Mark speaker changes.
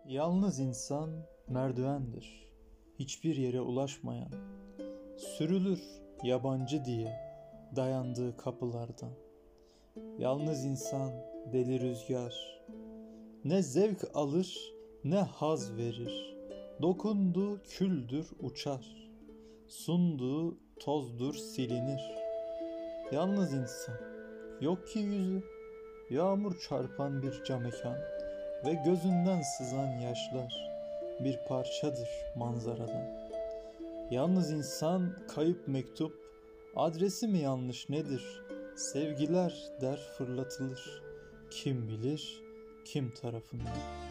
Speaker 1: Yalnız insan merdivendir, hiçbir yere ulaşmayan, sürülür yabancı diye dayandığı kapılardan. Yalnız insan deli rüzgar, ne zevk alır ne haz verir, dokunduğu küldür uçar, sunduğu tozdur silinir. Yalnız insan, yok ki yüzü, yağmur çarpan bir camekan ve gözünden sızan yaşlar bir parçadır manzaradan. Yalnız insan kayıp mektup, adresi mi yanlış nedir? Sevgiler der fırlatılır, kim bilir kim tarafından.